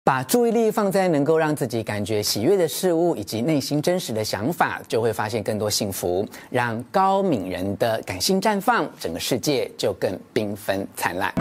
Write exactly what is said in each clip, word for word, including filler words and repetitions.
把注意力放在能够让自己感觉喜悦的事物以及内心真实的想法，就会发现更多幸福。让高敏人的感性绽放，整个世界就更缤纷灿烂。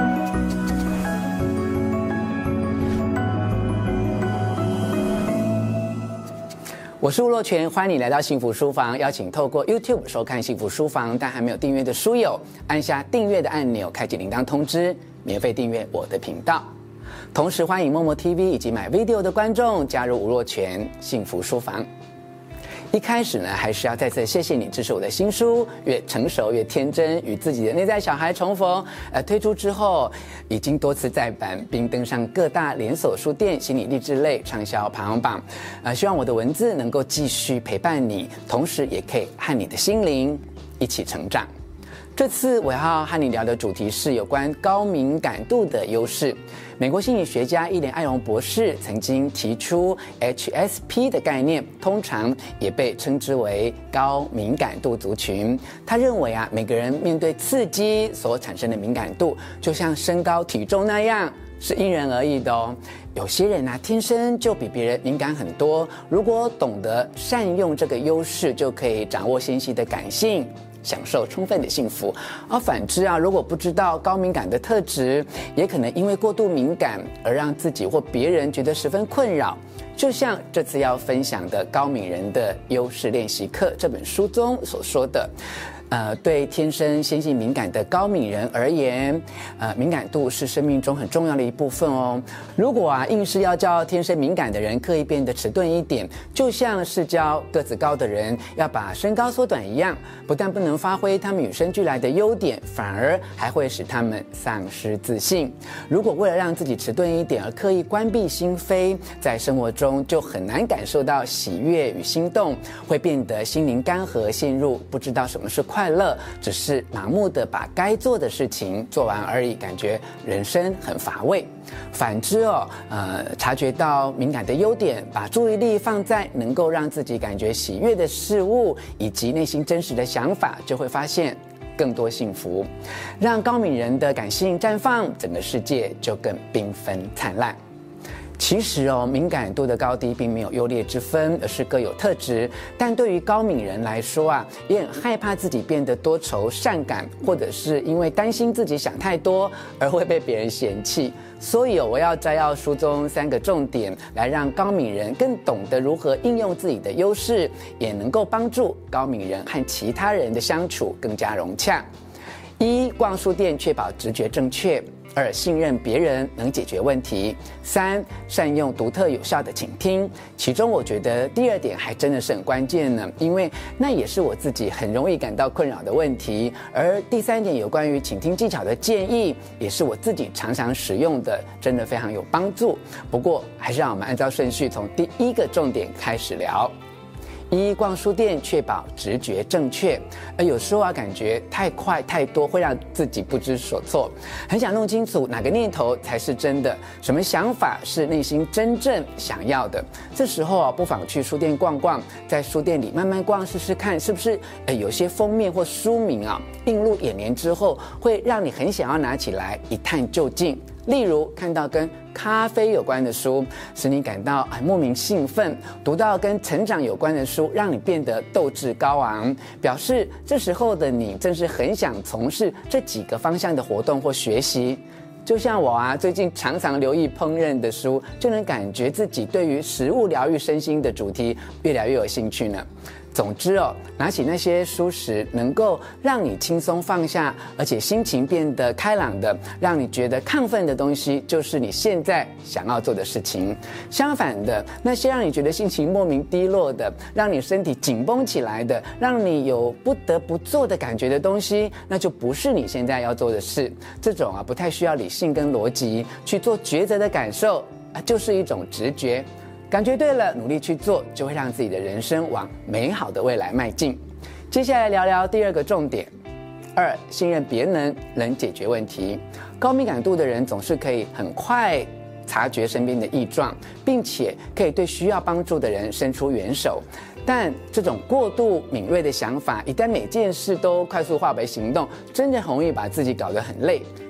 我是吴若权，欢迎你来到幸福书房。邀请透过 YouTube 收看幸福书房，但还没有订阅的书友，按下订阅的按钮，开启铃铛通知，免费订阅我的频道。同时欢迎默默 T V 以及买 video 的观众加入吴若权幸福书房。一开始呢，还是要再次谢谢你支持我的新书《越成熟越天真与自己的内在小孩重逢》。呃，推出之后已经多次再版，并登上各大连锁书店心理励志类畅销排行榜。呃，希望我的文字能够继续陪伴你，同时也可以和你的心灵一起成长。这次我要和你聊的主题是有关高敏感度的优势。美国心理学家伊莲艾荣博士曾经提出 H S P 的概念，通常也被称之为高敏感度族群。他认为啊，每个人面对刺激所产生的敏感度，就像身高体重那样，是因人而异的哦。有些人啊，天生就比别人敏感很多，如果懂得善用这个优势，就可以掌握纤细的感性，享受充分的幸福。而反之啊，如果不知道高敏感的特质，也可能因为过度敏感而让自己或别人觉得十分困扰。就像这次要分享的《高敏人的优势练习课》这本书中所说的，呃，对天生纤细敏感的高敏人而言，呃，敏感度是生命中很重要的一部分哦。如果啊，硬是要叫天生敏感的人刻意变得迟钝一点，就像是教个子高的人要把身高缩短一样，不但不能发挥他们与生俱来的优点，反而还会使他们丧失自信。如果为了让自己迟钝一点而刻意关闭心扉，在生活中就很难感受到喜悦与心动，会变得心灵干涸，陷入不知道什么是快快乐，只是盲目的把该做的事情做完而已，感觉人生很乏味。反之哦，呃，察觉到敏感的优点，把注意力放在能够让自己感觉喜悦的事物以及内心真实的想法，就会发现更多幸福。让高敏人的感性绽放，整个世界就更缤纷灿烂。其实哦，敏感度的高低并没有优劣之分，而是各有特质。但对于高敏人来说啊，也很害怕自己变得多愁善感，或者是因为担心自己想太多而会被别人嫌弃。所以哦，我要摘要书中三个重点，来让高敏人更懂得如何应用自己的优势，也能够帮助高敏人和其他人的相处更加融洽。一、逛书店确保直觉正确。二、信任别人能解决问题。三、善用独特有效的倾听。其中我觉得第二点还真的是很关键呢，因为那也是我自己很容易感到困扰的问题。而第三点有关于倾听技巧的建议，也是我自己常常使用的，真的非常有帮助。不过还是让我们按照顺序从第一个重点开始聊。一、逛书店确保直觉正确。而有时候啊，感觉太快太多，会让自己不知所措，很想弄清楚哪个念头才是真的，什么想法是内心真正想要的。这时候啊，不妨去书店逛逛，在书店里慢慢逛，试试看是不是呃有些封面或书名啊映入眼帘之后，会让你很想要拿起来一探究竟。例如看到跟咖啡有关的书，使你感到很莫名兴奋；读到跟成长有关的书，让你变得斗志高昂，表示这时候的你正是很想从事这几个方向的活动或学习。就像我啊，最近常常留意烹饪的书，就能感觉自己对于食物疗愈身心的主题越来越有兴趣呢。总之哦，拿起那些书时，能够让你轻松放下，而且心情变得开朗的，让你觉得亢奋的东西，就是你现在想要做的事情。相反的，那些让你觉得心情莫名低落的，让你身体紧绷起来的，让你有不得不做的感觉的东西，那就不是你现在要做的事。这种啊，不太需要理性跟逻辑去做抉择的感受啊，就是一种直觉。感觉对了，努力去做，就会让自己的人生往美好的未来迈进。接下来聊聊第二个重点。二、信任别人能解决问题。高敏感度的人总是可以很快察觉身边的异状，并且可以对需要帮助的人伸出援手。但这种过度敏锐的想法，一旦每件事都快速化为行动，真的容易把自己搞得很累。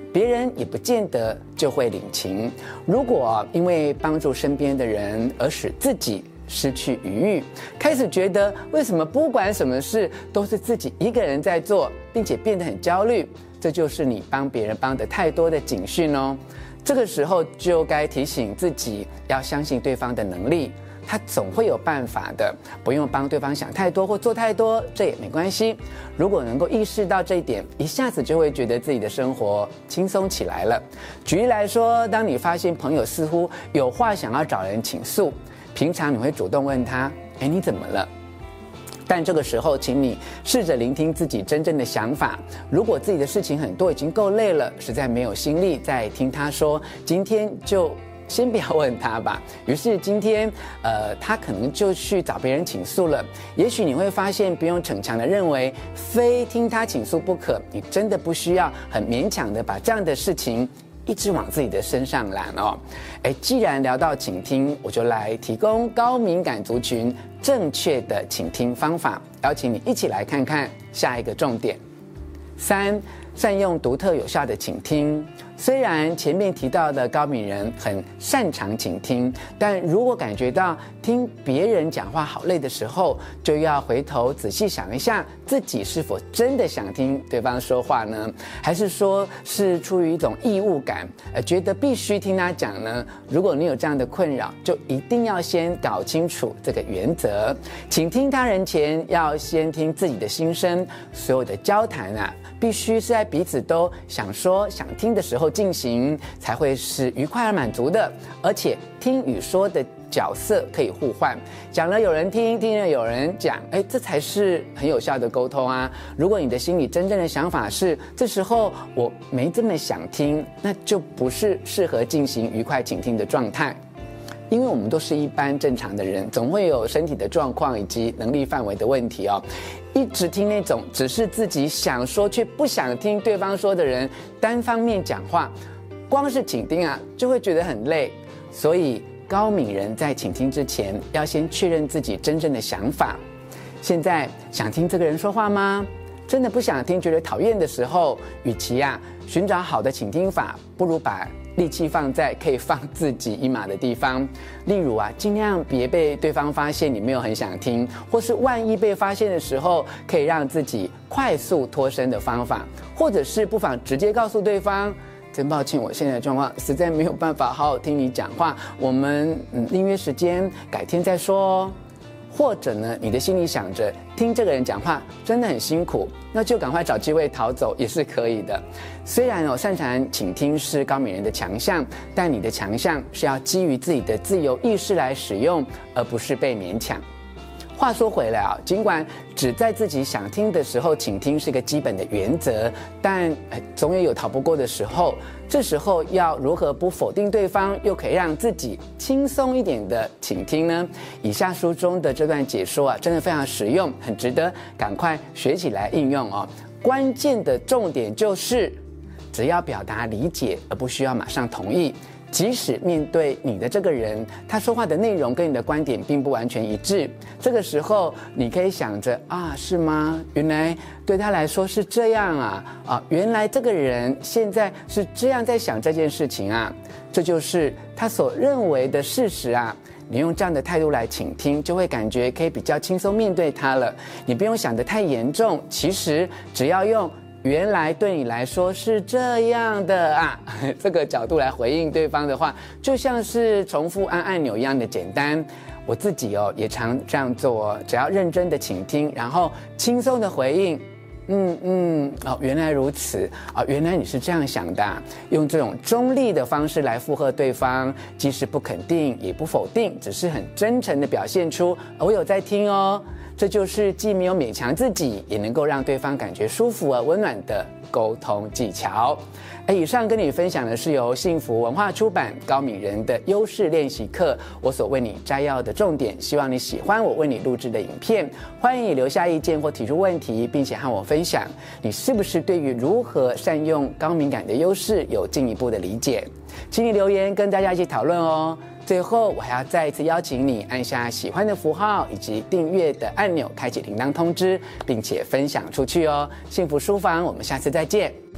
别人也不见得就会领情。如果因为帮助身边的人而使自己失去余裕，开始觉得为什么不管什么事都是自己一个人在做，并且变得很焦虑，这就是你帮别人帮得太多的警讯哦。这个时候就该提醒自己要相信对方的能力，他总会有办法的，不用帮对方想太多或做太多，这也没关系。如果能够意识到这一点，一下子就会觉得自己的生活轻松起来了。举例来说，当你发现朋友似乎有话想要找人倾诉，平常你会主动问他，哎，你怎么了？但这个时候，请你试着聆听自己真正的想法。如果自己的事情很多，已经够累了，实在没有心力再听他说，今天就先不要问他吧。于是今天，呃，他可能就去找别人倾诉了。也许你会发现，不用逞强的认为非听他倾诉不可，你真的不需要很勉强的把这样的事情一直往自己的身上揽哦。哎，既然聊到倾听，我就来提供高敏感族群正确的倾听方法，邀请你一起来看看下一个重点。三，善用独特有效的倾听。虽然前面提到的高敏人很擅长倾听，但如果感觉到听别人讲话好累的时候，就要回头仔细想一下，自己是否真的想听对方说话呢？还是说是出于一种义务感，呃，觉得必须听他讲呢？如果你有这样的困扰，就一定要先搞清楚这个原则。倾听他人前，要先听自己的心声。所有的交谈啊，必须是在彼此都想说想听的时候进行，才会是愉快而满足的。而且听与说的角色可以互换，讲了有人听，听了有人讲，哎，这才是很有效的沟通啊。如果你的心里真正的想法是这时候我没这么想听，那就不是适合进行愉快倾听的状态。因为我们都是一般正常的人，总会有身体的状况以及能力范围的问题哦。一直听那种只是自己想说却不想听对方说的人单方面讲话，光是倾听啊就会觉得很累。所以高敏人在倾听之前，要先确认自己真正的想法。现在想听这个人说话吗？真的不想听，觉得讨厌的时候，与其啊寻找好的倾听法，不如把力气放在可以放自己一马的地方。例如啊，尽量别被对方发现你没有很想听，或是万一被发现的时候，可以让自己快速脱身的方法，或者是不妨直接告诉对方，真抱歉，我现在的状况实在没有办法好好听你讲话，我们嗯另约时间改天再说哦。或者呢，你的心里想着听这个人讲话真的很辛苦，那就赶快找机会逃走也是可以的。虽然哦，擅长倾听是高敏人的强项，但你的强项是要基于自己的自由意识来使用，而不是被勉强。话说回来啊，尽管只在自己想听的时候倾听是个基本的原则，但总也有逃不过的时候。这时候要如何不否定对方，又可以让自己轻松一点的倾听呢？以下书中的这段解说啊，真的非常实用，很值得赶快学起来应用哦。关键的重点就是，只要表达理解，而不需要马上同意。即使面对你的这个人，他说话的内容跟你的观点并不完全一致，这个时候你可以想着啊，是吗？原来对他来说是这样啊，啊，原来这个人现在是这样在想这件事情啊，这就是他所认为的事实啊。你用这样的态度来倾听，就会感觉可以比较轻松面对他了。你不用想得太严重，其实只要用原来对你来说是这样的啊，这个角度来回应对方的话，就像是重复按按钮一样的简单。我自己哦也常这样做哦，只要认真的倾听，然后轻松的回应，嗯嗯，哦，原来如此啊，原来你是这样想的啊，用这种中立的方式来附和对方，既是不肯定也不否定，只是很真诚的表现出我有在听哦。这就是既没有勉强自己，也能够让对方感觉舒服而温暖的沟通技巧。而以上跟你分享的是由幸福文化出版高敏人的优势练习课，我所为你摘要的重点，希望你喜欢我为你录制的影片。欢迎你留下意见或提出问题，并且和我分享你是不是对于如何善用高敏感的优势有进一步的理解，请你留言跟大家一起讨论哦。最后，我还要再一次邀请你按下喜欢的符号以及订阅的按钮，开启铃铛通知，并且分享出去哦。幸福书房，我们下次再见。